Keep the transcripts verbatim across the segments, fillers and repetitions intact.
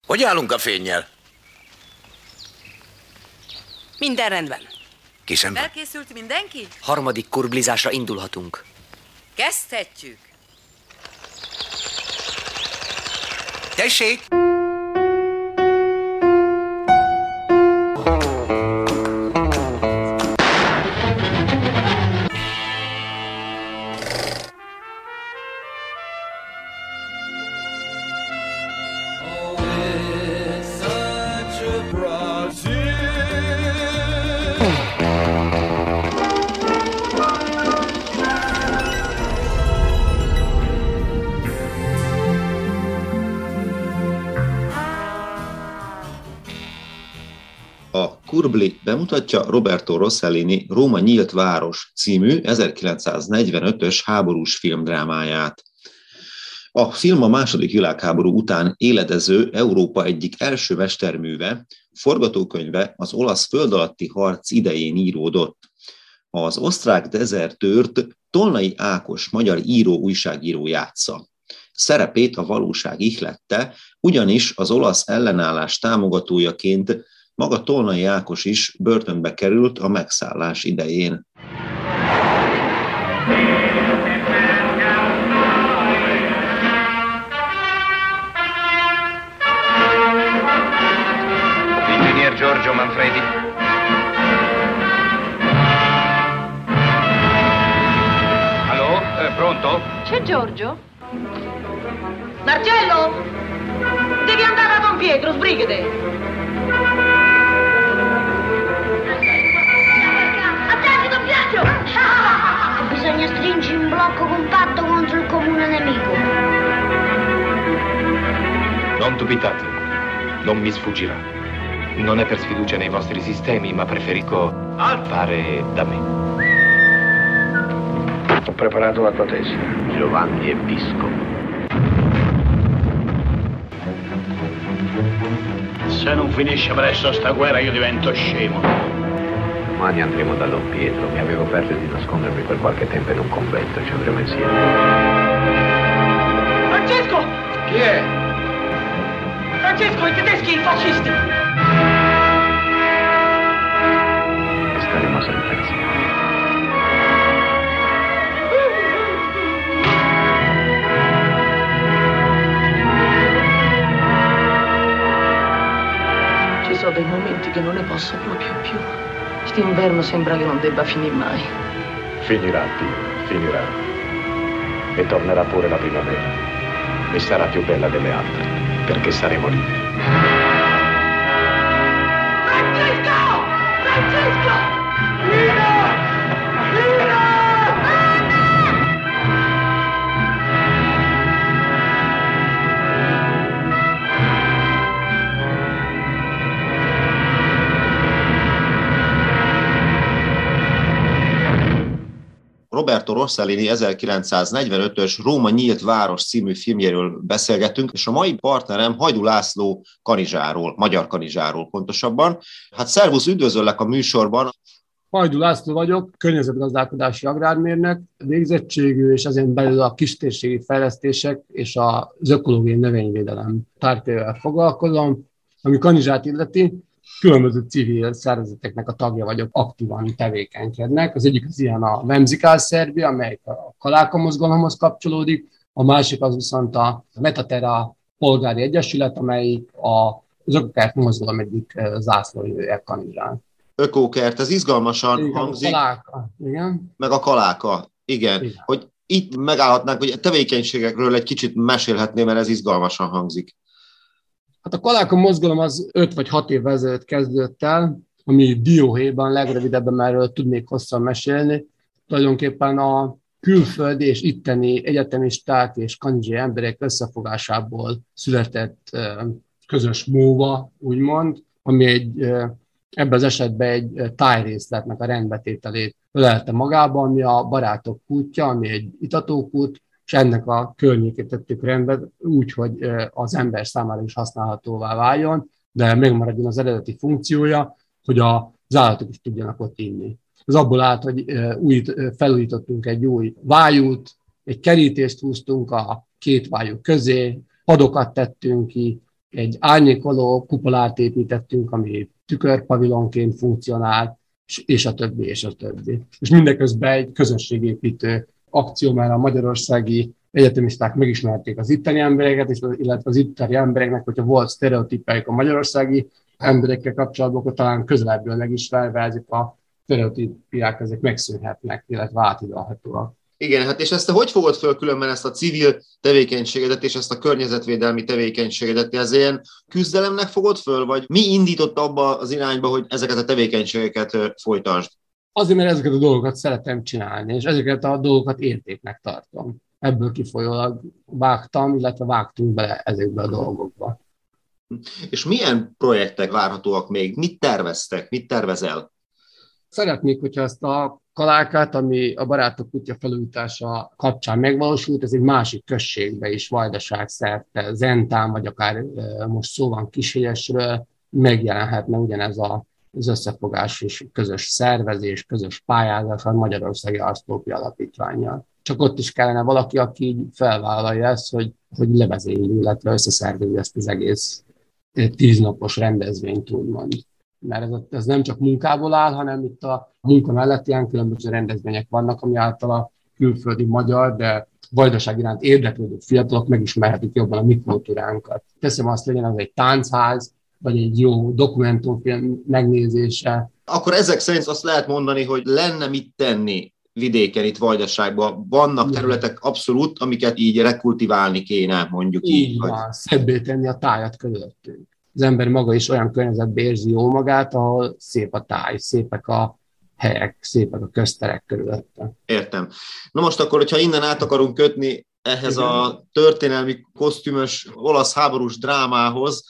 Hogy állunk a fénnyel? Minden rendben. Készen van? Elkészült mindenki? Harmadik kurblizásra indulhatunk. Kezdhetjük. Tessék! A Kurbli bemutatja Roberto Rossellini Róma nyílt város című ezerkilencszáznegyvenötös háborús filmdrámáját. A film a második világháború után éledező Európa egyik első mesterműve, forgatókönyve az olasz földalatti harc idején íródott. Az osztrák dezertőrt Tolnai Ákos magyar író újságíró játsza. Szerepét a valóság ihlette, ugyanis az olasz ellenállás támogatójaként maga Tolnai Ákos is börtönbe került a megszállás idején. Ingegner Giorgio Manfredi. Allo, eh, pronto? C'è Giorgio? Marcello! Devi andare a Don Pietro, sbrigate! Bisogna stringere un blocco compatto contro il comune nemico. Non dubitate, non mi sfuggirà. Non è per sfiducia nei vostri sistemi, ma preferisco fare da me. Ho preparato la tua tesi. Giovanni è vescovo. Se non finisce presto sta guerra io divento scemo. Domani andremo da Don Pietro. Mi avevo offerto di nascondermi per qualche tempo in un convento. Ci andremo insieme. Francesco! Chi è? Francesco, i tedeschi, i fascisti! E staremo sempre insieme. Ci sono dei momenti che non ne posso proprio più. Quest'inverno sembra che non debba finire mai. Finirà, Dio, finirà. E tornerà pure la primavera. E sarà più bella delle altre, perché saremo liberi. Francesco! Francesco! Lina! Lina! Roberto Rossellini ezerkilencszáznegyvenötös Róma nyílt város című filmjéről beszélgetünk, és a mai partnerem Hajdú László kanizsáról, magyar kanizsáról pontosabban. Hát szervusz, üdvözöllek a műsorban. Hajdú László vagyok, környezetgazdálkodási agrármérnök, végzettségű, és ezen belül a kistérségi fejlesztések és az ökológiai növényvédelem tárgyával foglalkozom, ami kanizsát illeti. Különböző civil szervezeteknek a tagja vagyok, aktívan tevékenykednek. Az egyik az ilyen a Vemzikál Szerbia, amely a Kaláka mozgalomhoz kapcsolódik, a másik az viszont a Metaterra polgári egyesület, amelyik az Ökokert mozgalom egyik zászlóvivője Kanizsán. Ökokert, ez izgalmasan igen, hangzik. A Kaláka, igen. Meg a Kaláka, igen. igen. Hogy itt megállhatnánk, hogy a tevékenységekről egy kicsit mesélhetnél, mert ez izgalmasan hangzik. Hát a Kaláka mozgalom az öt vagy hat év ezelőtt kezdődött el, ami dióhéjban legrövidebben erről tudnék hosszan mesélni. Tulajdonképpen a külföldi és itteni egyetemisták és kanizsai emberek összefogásából született közös móva, úgymond, ami egy, ebben az esetben egy tájrészletnek a rendbetételét ölelte magába, ami a Barátok kútja, ami egy itatókút, és ennek a környékét tettük rendbe úgy, hogy az ember számára is használhatóvá váljon, de megmaradjon az eredeti funkciója, hogy az állatok is tudjanak ott inni. Ez abból állt, hogy új, felújítottunk egy új vájút, egy kerítést húztunk a két vájú közé, padokat tettünk ki, egy árnyékoló kupolát építettünk, ami tükörpavilonként funkcionál, és a többi, és a többi. És mindeközben egy közösségépítő akció, mert a magyarországi egyetemisták megismerték az itteni embereket, és illetve az itteni embereknek, hogyha volt sztereotípájuk a magyarországi emberekkel kapcsolatban, akkor talán közelebbről megismerve ezek a sztereotípiák ezek megszűnhetnek, illetve átidalhatóak. Igen, hát és ezt te hogy fogod föl különben ezt a civil tevékenységedet és ezt a környezetvédelmi tevékenységedet? Ez ilyen küzdelemnek fogod föl, vagy mi indított abba az irányba, hogy ezeket a tevékenységeket folytasd? Azért, mert ezeket a dolgokat szeretem csinálni, és ezeket a dolgokat értéknek tartom. Ebből kifolyólag vágtam, illetve vágtunk bele ezekbe a dolgokba. És milyen projektek várhatóak még? Mit terveztek? Mit tervezel? Szeretnék, hogyha ezt a kalákát, ami a Barátok kutya felújítása kapcsán megvalósult, ez egy másik községbe is, Vajdaság szerte, Zentán, vagy akár most szó van Kishelyesről, megjelenhetne ugyanez a, az összefogás és közös szervezés, közös pályázás a Magyarországi Arsztópia Alapítvánnyal. Csak ott is kellene valaki, aki így felvállalja ezt, hogy, hogy levezényli, illetve összeszervezi ezt az egész tíznapos rendezvényt, úgymond. Mert ez, ez nem csak munkából áll, hanem itt a munka mellett ilyen különböző rendezvények vannak, ami által a külföldi magyar, de Vajdaság iránt érdeklődő fiatalok megismerhetik jobban a mi kultúránkat. Teszem azt, legyen az egy táncház, vagy egy jó dokumentumfilm megnézése. Akkor ezek szerint azt lehet mondani, hogy lenne mit tenni vidéken, itt Vajdaságban. Vannak területek abszolút, amiket így rekultiválni kéne, mondjuk így. Így van, szebbé tenni a tájat körülöttünk. Az ember maga is olyan környezetben érzi jó magát, ahol szép a táj, szépek a helyek, szépek a közterek körülötte. Értem. Na most akkor, hogyha innen át akarunk kötni ehhez Igen. a történelmi kosztümös olasz háborús drámához,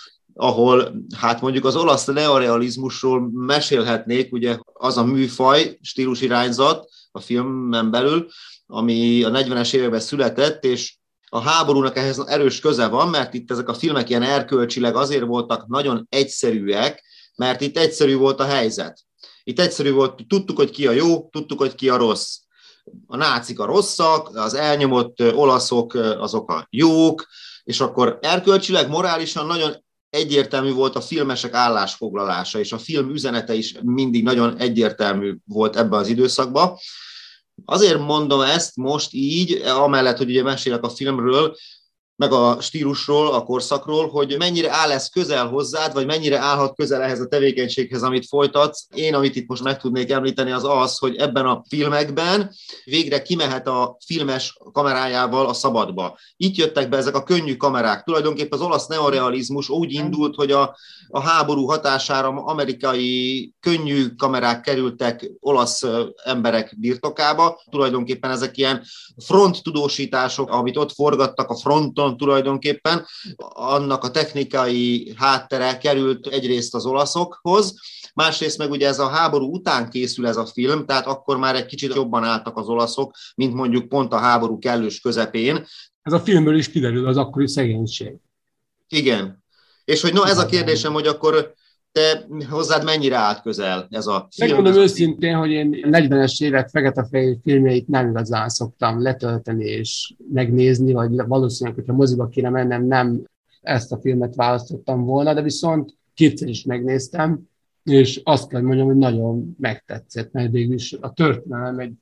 ahol hát mondjuk az olasz neorealizmusról mesélhetnék, ugye az a műfaj, stílusirányzat a filmen belül, ami a negyvenes években született, és a háborúnak ehhez erős köze van, mert itt ezek a filmek ilyen erkölcsileg azért voltak nagyon egyszerűek, mert itt egyszerű volt a helyzet. Itt egyszerű volt, tudtuk, hogy ki a jó, tudtuk, hogy ki a rossz. A nácik a rosszak, az elnyomott olaszok azok a jók, és akkor erkölcsileg, morálisan nagyon egyértelmű volt a filmesek állásfoglalása, és a film üzenete is mindig nagyon egyértelmű volt ebben az időszakban. Azért mondom ezt most így, amellett, hogy ugye mesélek a filmről, meg a stílusról, a korszakról, hogy mennyire áll ez közel hozzád, vagy mennyire állhat közel ehhez a tevékenységhez, amit folytatsz. Én, amit itt most meg tudnék említeni, az az, hogy ebben a filmekben végre kimehet a filmes kamerájával a szabadba. Itt jöttek be ezek a könnyű kamerák. Tulajdonképpen az olasz neorealizmus úgy indult, hogy a, a háború hatására amerikai könnyű kamerák kerültek olasz emberek birtokába. Tulajdonképpen ezek ilyen fronttudósítások, amit ott forgattak a fronton, tulajdonképpen annak a technikai háttere került egyrészt az olaszokhoz, másrészt meg ugye ez a háború után készül ez a film, tehát akkor már egy kicsit jobban álltak az olaszok, mint mondjuk pont a háború kellős közepén. Ez a filmből is kiderül az akkori szegénység. Igen. És hogy no, ez a kérdésem, hogy akkor te hozzád mennyire állt közel ez a film? Megmondom őszintén, hogy én negyvenes évek fekete-fehér filmjeit nem igazán szoktam letölteni és megnézni, vagy valószínűleg, hogyha moziba kéne mennem, nem ezt a filmet választottam volna, de viszont kétszer is megnéztem, és azt kell mondjam, hogy nagyon megtetszett, mert végülis a történelem egy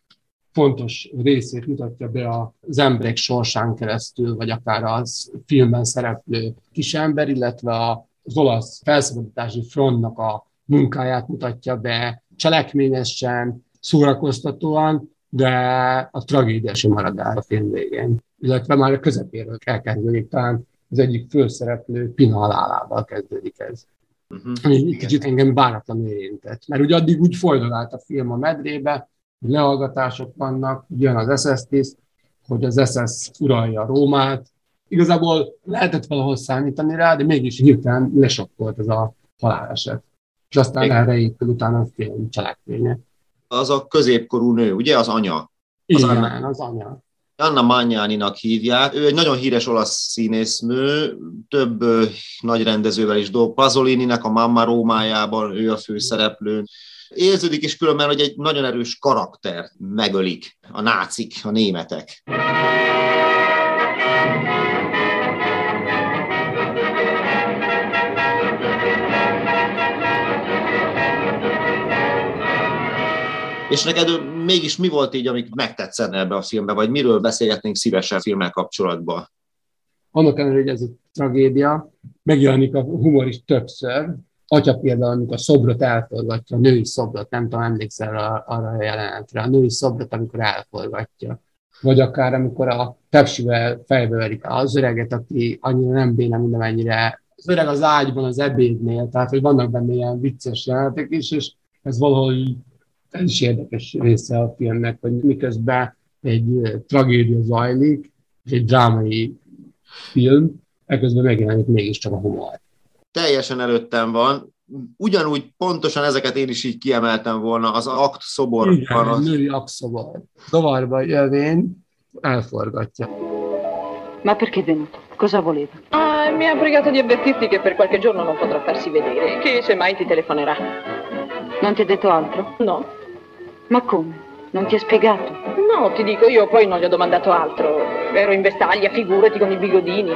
fontos részét mutatja be az emberek sorsán keresztül, vagy akár az filmben szereplő kisember, illetve az olasz felszabadítási frontnak a munkáját mutatja be cselekményesen, szórakoztatóan, de a tragédia sem marad el a film végén. Illetve már a közepéről elkezdődik, talán az egyik főszereplő Pina halálával kezdődik ez. Uh-huh. Ami kicsit engem váratlanul érintett. Mert ugye addig úgy folydogált a film a medrébe, hogy lehallgatások vannak, jön az es es tiszt, hogy az es es uralja Rómát. Igazából lehetett valahol számítani rá, de mégis hirtelen lesokkolt ez a haláleset. És aztán igen. Erre épül utána a film cselekménye. Az a középkorú nő, ugye? Az anya. Az igen, Anna, az anya. Anna Magnaninak hívják. Ő egy nagyon híres olasz színésznő, több ö, nagy rendezővel is dolgozik. Pasolininek a Mamma Rómájában ő a főszereplő. Érződik is különben, hogy egy nagyon erős karakter megölik a nácik, a németek. És neked mégis mi volt így, amik megtetszene ebbe a filmbe, vagy miről beszélgetnénk szívesen filmmel kapcsolatban? Annak ellenére, hogy ez egy tragédia, megjelenik a humor is többször. Atya például, amikor a szobrot elforgatja, a női szobrot, nem tudom, emlékszel arra, arra a jelenetre, a női szobrot, amikor elforgatja. Vagy akár amikor a tepsivel fejbe verik az öreget, aki annyira nem béna, mint amennyire az öreg az ágyban, az ebédnél, tehát hogy vannak benne ilyen vicces jelenetek is, és ez valahogy ez is érdekes része a filmnek, hogy miközben egy tragédia zajlik, és egy drámai film, ekközben megjelenik mégiscsak a humor. Teljesen előttem van. Ugyanúgy pontosan ezeket én is így kiemeltem volna, az akt szobor. Igen, a női akt szobor. Zavarba jövén elforgatja. Ma perché è venuto? Cosa voleva? Ah, mi ha pregato di avvertirti che per qualche giorno non potrà farsi vedere, che semmai ti telefonerà. Non ti ha detto altro? No. Ma come? Non ti ha spiegato? No, ti dico, io poi non gli ho domandato altro. Ero in vestaglia, figurati, con i bigodini.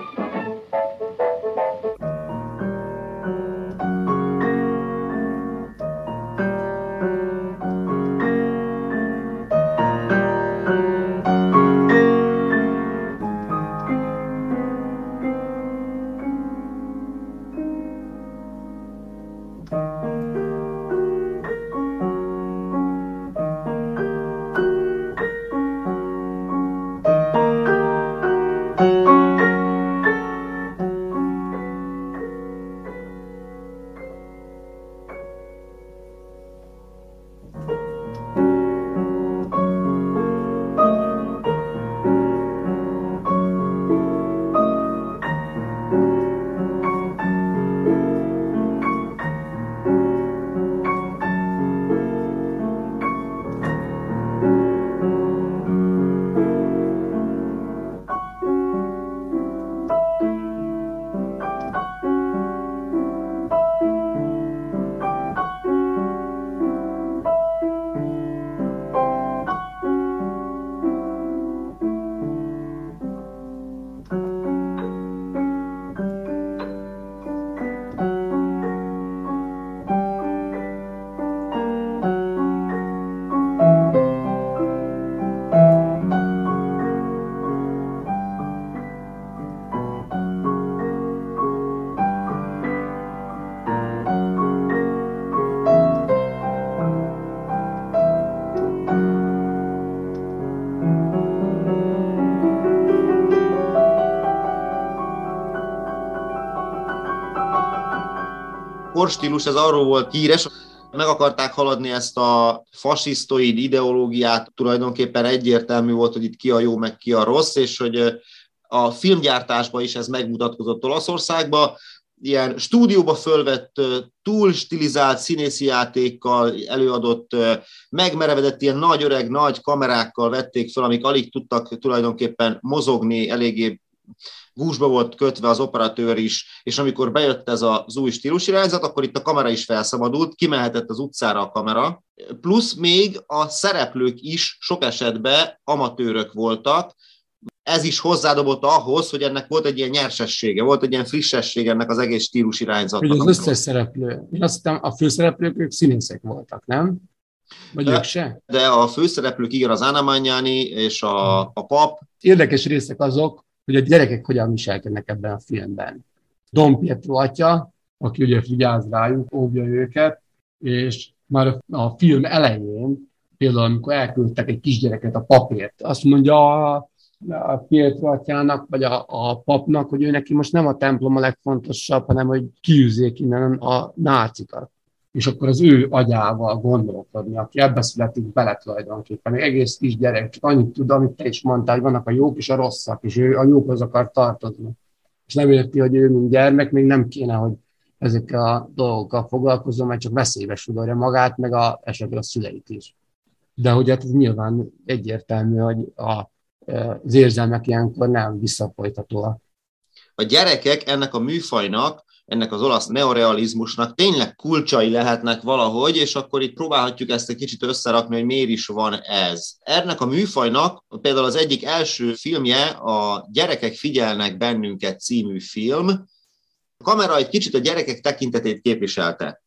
Korstílus, ez arról volt híres, meg akarták haladni ezt a fasisztoid ideológiát, tulajdonképpen egyértelmű volt, hogy itt ki a jó, meg ki a rossz, és hogy a filmgyártásban is ez megmutatkozott Olaszországban, ilyen stúdióba fölvett, túl stilizált színészi játékkal előadott, megmerevedett ilyen nagy öreg, nagy kamerákkal vették fel, amik alig tudtak tulajdonképpen mozogni, eléggé gúzsba volt kötve az operatőr is, és amikor bejött ez az új stílusirányzat, akkor itt a kamera is felszabadult, kimehetett az utcára a kamera, plusz még a szereplők is sok esetben amatőrök voltak. Ez is hozzádobott ahhoz, hogy ennek volt egy ilyen nyersessége, volt egy ilyen frissesség ennek az egész stílusirányzatnak. Hogy az összes szereplő. Én azt hittem, a főszereplők ők színészek voltak, nem? Vagy de, ők se? De a főszereplők, igen, az Anna Magnani és a, a pap. Érdekes részek azok, hogy a gyerekek hogyan viselkednek ebben a filmben. Don Pietro atya, aki ugye vigyáz rájuk, óvja őket, és már a film elején, például amikor elküldtek egy kisgyereket a papért, azt mondja a, a Pietro atyának, vagy a, a papnak, hogy ő neki most nem a templom a legfontosabb, hanem hogy kiűzzék innen a nácikat. És akkor az ő agyával gondolkodni, aki ebbe születik bele tulajdonképpen. Egy egész kis gyerek, csak annyit tud, amit te is mondtál, hogy vannak a jók és a rosszak, és ő a jókhoz akar tartozni. És nem érti, hogy ő, mint gyermek, még nem kéne, hogy ezekkel a dolgokkal foglalkozzon, mert csak veszélybe sodorja magát, meg a, esetleg a szüleit is. De hogy hát ez nyilván egyértelmű, hogy a, az érzelmek ilyenkor nem visszafolytatóak. A gyerekek ennek a műfajnak, ennek az olasz neorealizmusnak tényleg kulcsai lehetnek valahogy, és akkor itt próbálhatjuk ezt egy kicsit összerakni, hogy miért is van ez. Ennek a műfajnak például az egyik első filmje a Gyerekek figyelnek bennünket című film. A kamera egy kicsit a gyerekek tekintetét képviselte.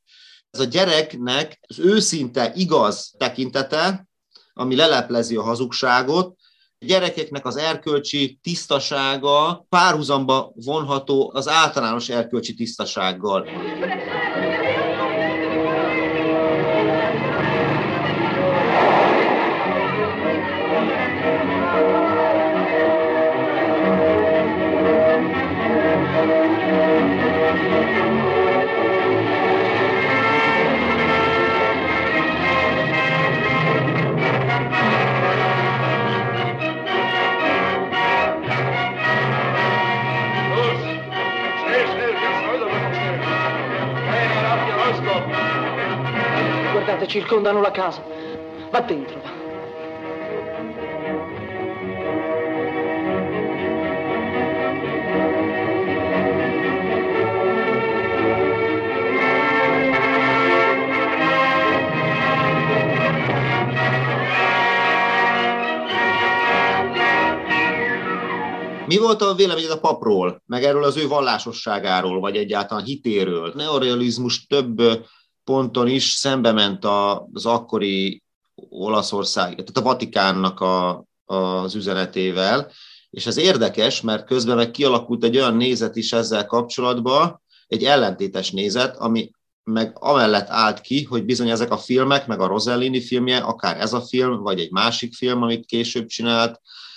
Ez a gyereknek az őszinte, igaz tekintete, ami leleplezi a hazugságot, a gyerekeknek az erkölcsi tisztasága párhuzamba vonható az általános erkölcsi tisztasággal. Guardate, circondano la casa. Va dentro, va. Mi volt a véleményed a papról, meg erről az ő vallásosságáról, vagy egyáltalán hitéről? Neorealizmus több ponton is szembe ment az akkori Olaszország, tehát a Vatikánnak a, az üzenetével, és ez érdekes, mert közben meg kialakult egy olyan nézet is ezzel kapcsolatban, egy ellentétes nézet, ami meg amellett állt ki, hogy bizony ezek a filmek, meg a Rossellini filmje, akár ez a film, vagy egy másik film, amit később csinált,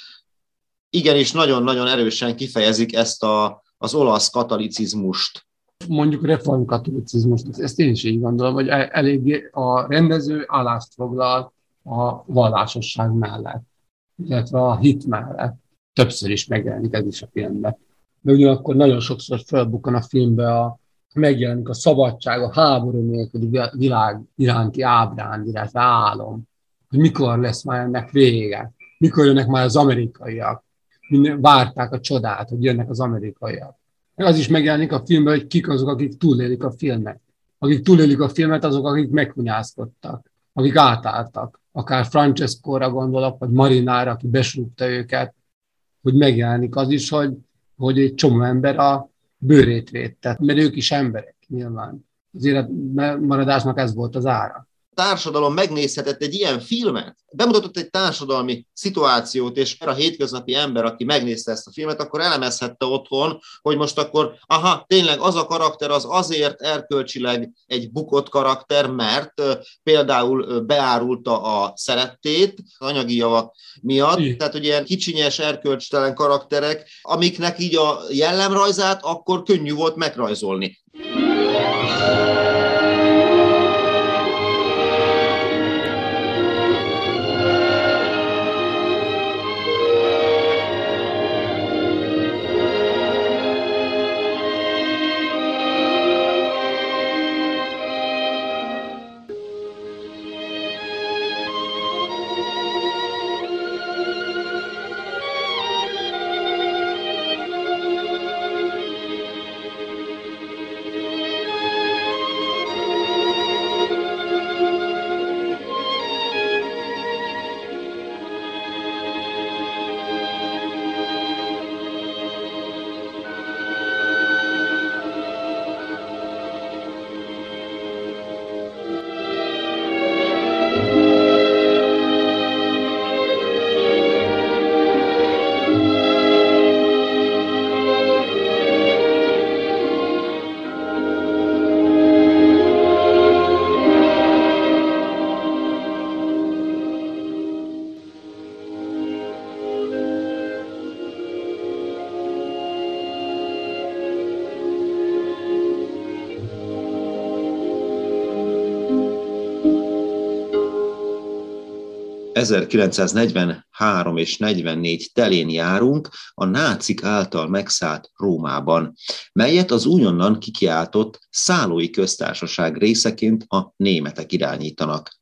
igenis nagyon-nagyon erősen kifejezik ezt a, az olasz katolicizmust. Mondjuk reformkatolicizmust, ezt én is így gondolom, hogy eléggé a rendező állást foglal a vallásosság mellett, illetve a hit mellett. Többször is megjelenik ez is a filmben. De ugyanakkor nagyon sokszor felbukkan a filmbe, a, megjelenik a szabadság, a háború nélküli világ iránti ábránd, illetve álom, hogy mikor lesz már ennek vége, mikor jönnek már az amerikaiak. Minden, várták a csodát, hogy jönnek az amerikaiak. Az is megjelenik a filmben, hogy kik azok, akik túlélik a filmet. Akik túlélik a filmet, azok, akik meghunyászkodtak, akik átálltak. Akár Francescóra gondolok, vagy Marinára, aki besúgta őket, hogy megjelenik az is, hogy, hogy egy csomó ember a bőrét védte, mert ők is emberek, nyilván. Az életmaradásnak ez volt az ára. Társadalom megnézhetett egy ilyen filmet, bemutatott egy társadalmi szituációt, és a hétköznapi ember, aki megnézte ezt a filmet, akkor elemezhette otthon, hogy most akkor, aha, tényleg az a karakter az azért erkölcsileg egy bukott karakter, mert uh, például beárulta a szerettét az anyagi javak miatt, I. tehát hogy ilyen kicsinyes, erkölcstelen karakterek, amiknek így a jellemrajzát akkor könnyű volt megrajzolni. ezerkilencszáznegyvenhárom és negyvennégy telén járunk a nácik által megszállt Rómában, melyet az újonnan kikiáltott szállói köztársaság részeként a németek irányítanak.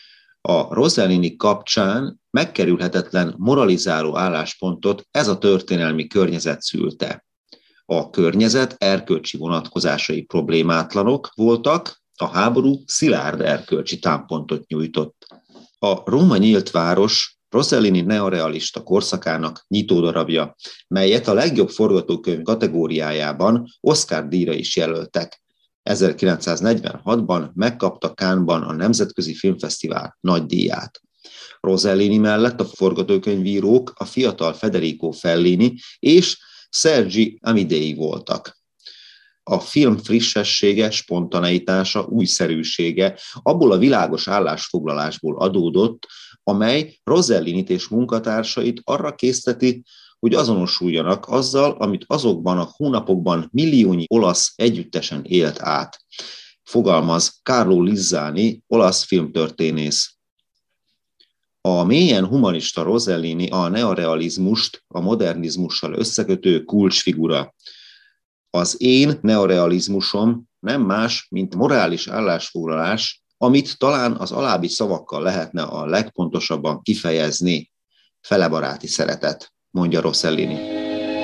A Rossellini kapcsán megkerülhetetlen moralizáló álláspontot ez a történelmi környezet szülte. A környezet erkölcsi vonatkozásai problémátlanok voltak, a háború szilárd erkölcsi támpontot nyújtott. A Róma nyílt város Rossellini neorealista korszakának nyitódarabja, melyet a legjobb forgatókönyv kategóriájában Oscar-díjra is jelöltek. ezerkilencszáznegyvenhatban megkapta Cannes-ban a Nemzetközi Filmfesztivál nagydíját. Rossellini mellett a forgatókönyvírók a fiatal Federico Fellini és Sergio Amidei voltak. A film frissessége, spontaneitása, újszerűsége abból a világos állásfoglalásból adódott, amely Rossellinit és munkatársait arra készteti, hogy azonosuljanak azzal, amit azokban a hónapokban milliónyi olasz együttesen élt át. Fogalmaz Carlo Lizzani, olasz filmtörténész. A mélyen humanista Rossellini a neorealizmust a modernizmussal összekötő kulcsfigura. Az én neorealizmusom nem más, mint morális állásfoglalás, amit talán az alábbi szavakkal lehetne a legpontosabban kifejezni: felebaráti szeretet, mondja Rossellini.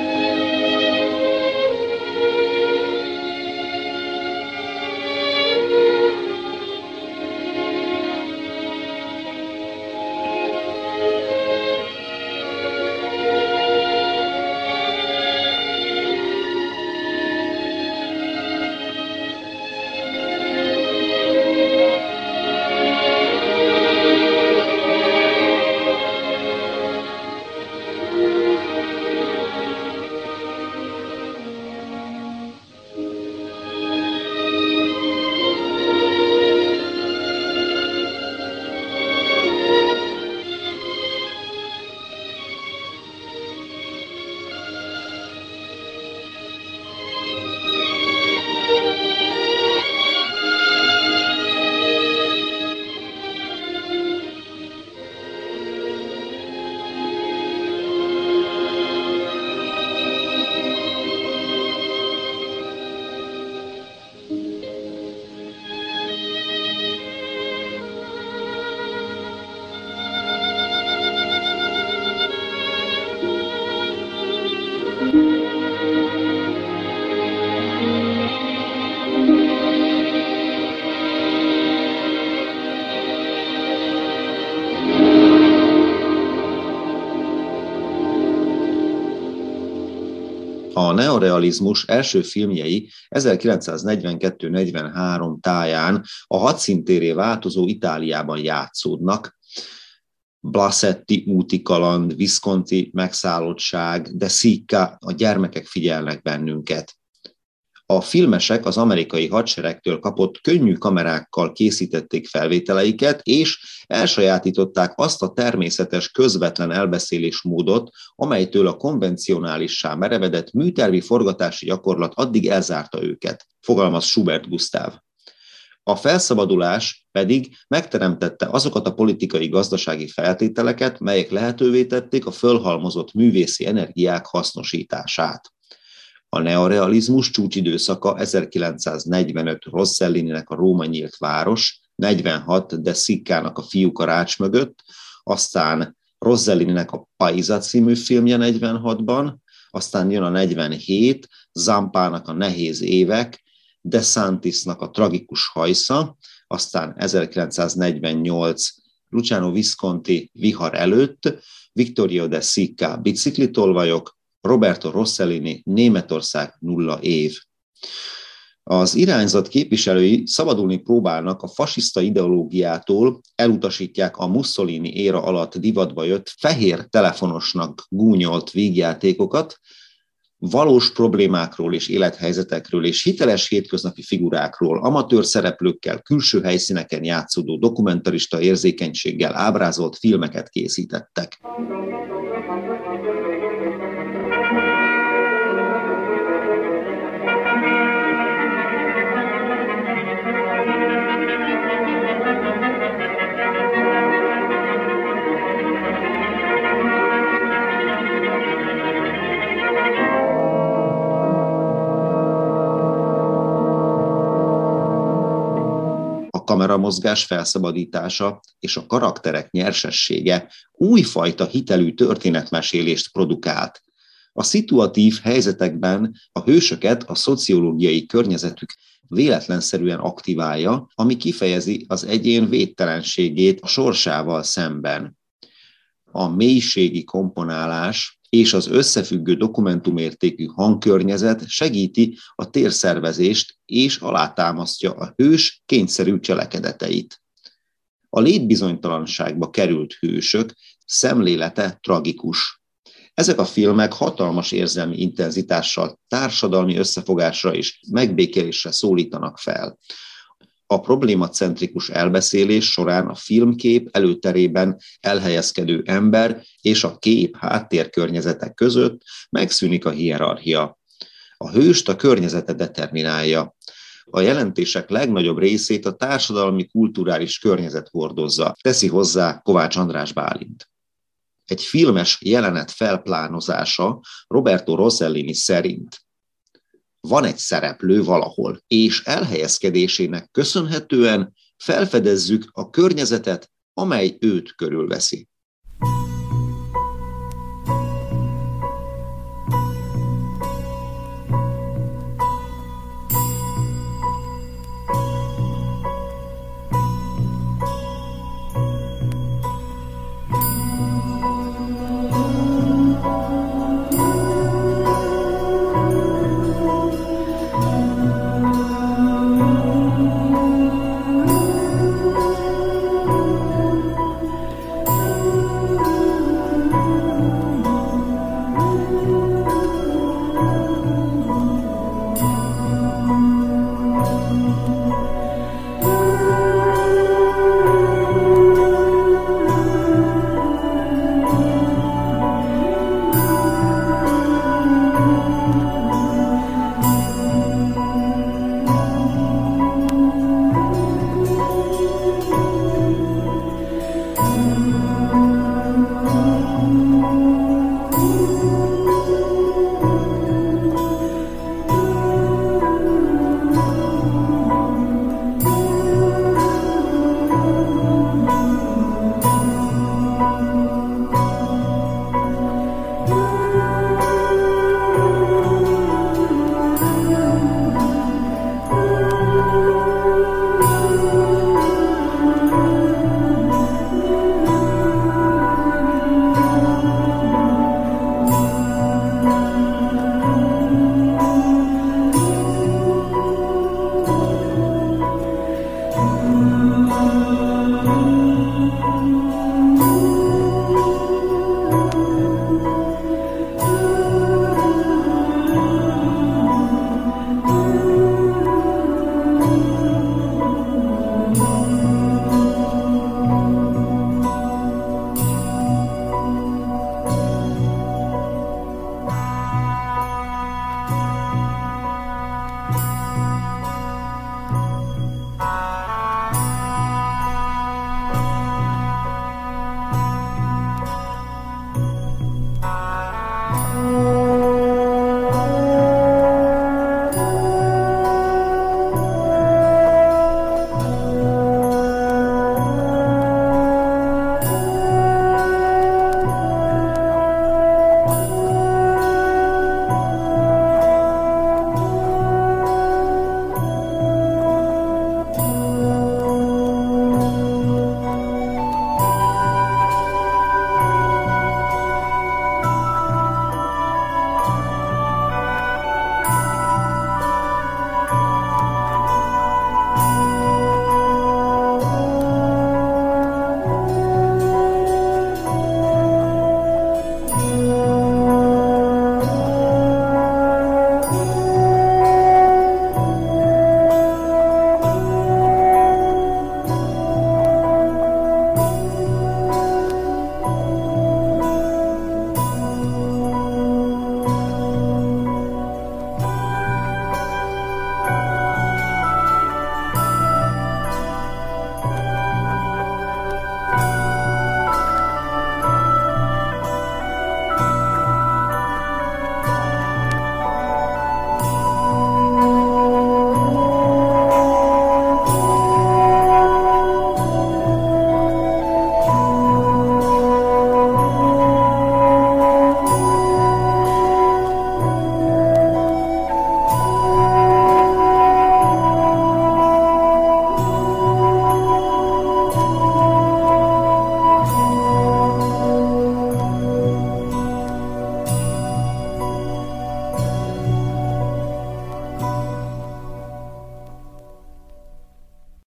A neorealizmus első filmjei ezerkilencszáznegyvenkettő negyvenhárom táján a hadszíntérré változó Itáliában játszódnak. Blasetti úti kaland, Visconti megszállottság, De Sica, a gyermekek figyelnek bennünket. A filmesek az amerikai hadseregtől kapott könnyű kamerákkal készítették felvételeiket, és elsajátították azt a természetes, közvetlen elbeszélésmódot, amelytől a konvencionálissá merevedett műtervi forgatási gyakorlat addig elzárta őket, fogalmaz Schubert Gusztáv. A felszabadulás pedig megteremtette azokat a politikai-gazdasági feltételeket, melyek lehetővé tették a fölhalmozott művészi energiák hasznosítását. A neorealizmus csúcsidőszaka ezerkilencszáznegyvenöt Rossellininek a Róma nyílt város, negyvenhat De Sicának a Fiúk a rács mögött, aztán Rossellininek a Paisa című filmje negyvenhatban, aztán jön a negyvenhét, Zampának a Nehéz évek, De Santisnak a Tragikus hajsza, aztán ezerkilencszáznegyvennyolc Luciano Visconti Vihar előtt, Vittorio De Sica Biciklitolvajok, Roberto Rossellini Németország nulla év. Az irányzat képviselői szabadulni próbálnak a fasiszta ideológiától, elutasítják a Mussolini éra alatt divatba jött fehér telefonosnak gúnyolt vígjátékokat, valós problémákról és élethelyzetekről és hiteles hétköznapi figurákról, amatőr szereplőkkel, külső helyszíneken játszódó dokumentarista érzékenységgel ábrázolt filmeket készítettek. A kameramozgás felszabadítása és a karakterek nyersessége újfajta hitelű történetmesélést produkált. A szituatív helyzetekben a hősöket a szociológiai környezetük véletlenszerűen aktiválja, ami kifejezi az egyén védtelenségét a sorsával szemben. A mélységi komponálás és az összefüggő dokumentumértékű hangkörnyezet segíti a térszervezést és alátámasztja a hős kényszerű cselekedeteit. A létbizonytalanságba került hősök szemlélete tragikus. Ezek a filmek hatalmas érzelmi intenzitással, társadalmi összefogásra és megbékélésre szólítanak fel. A problémacentrikus elbeszélés során a filmkép előterében elhelyezkedő ember és a kép háttérkörnyezetek között megszűnik a hierarchia. A hőst a környezete determinálja. A jelentések legnagyobb részét a társadalmi kulturális környezet hordozza, teszi hozzá Kovács András Bálint. Egy filmes jelenet felplánozása Roberto Rossellini szerint: van egy szereplő valahol, és elhelyezkedésének köszönhetően felfedezzük a környezetet, amely őt körülveszi.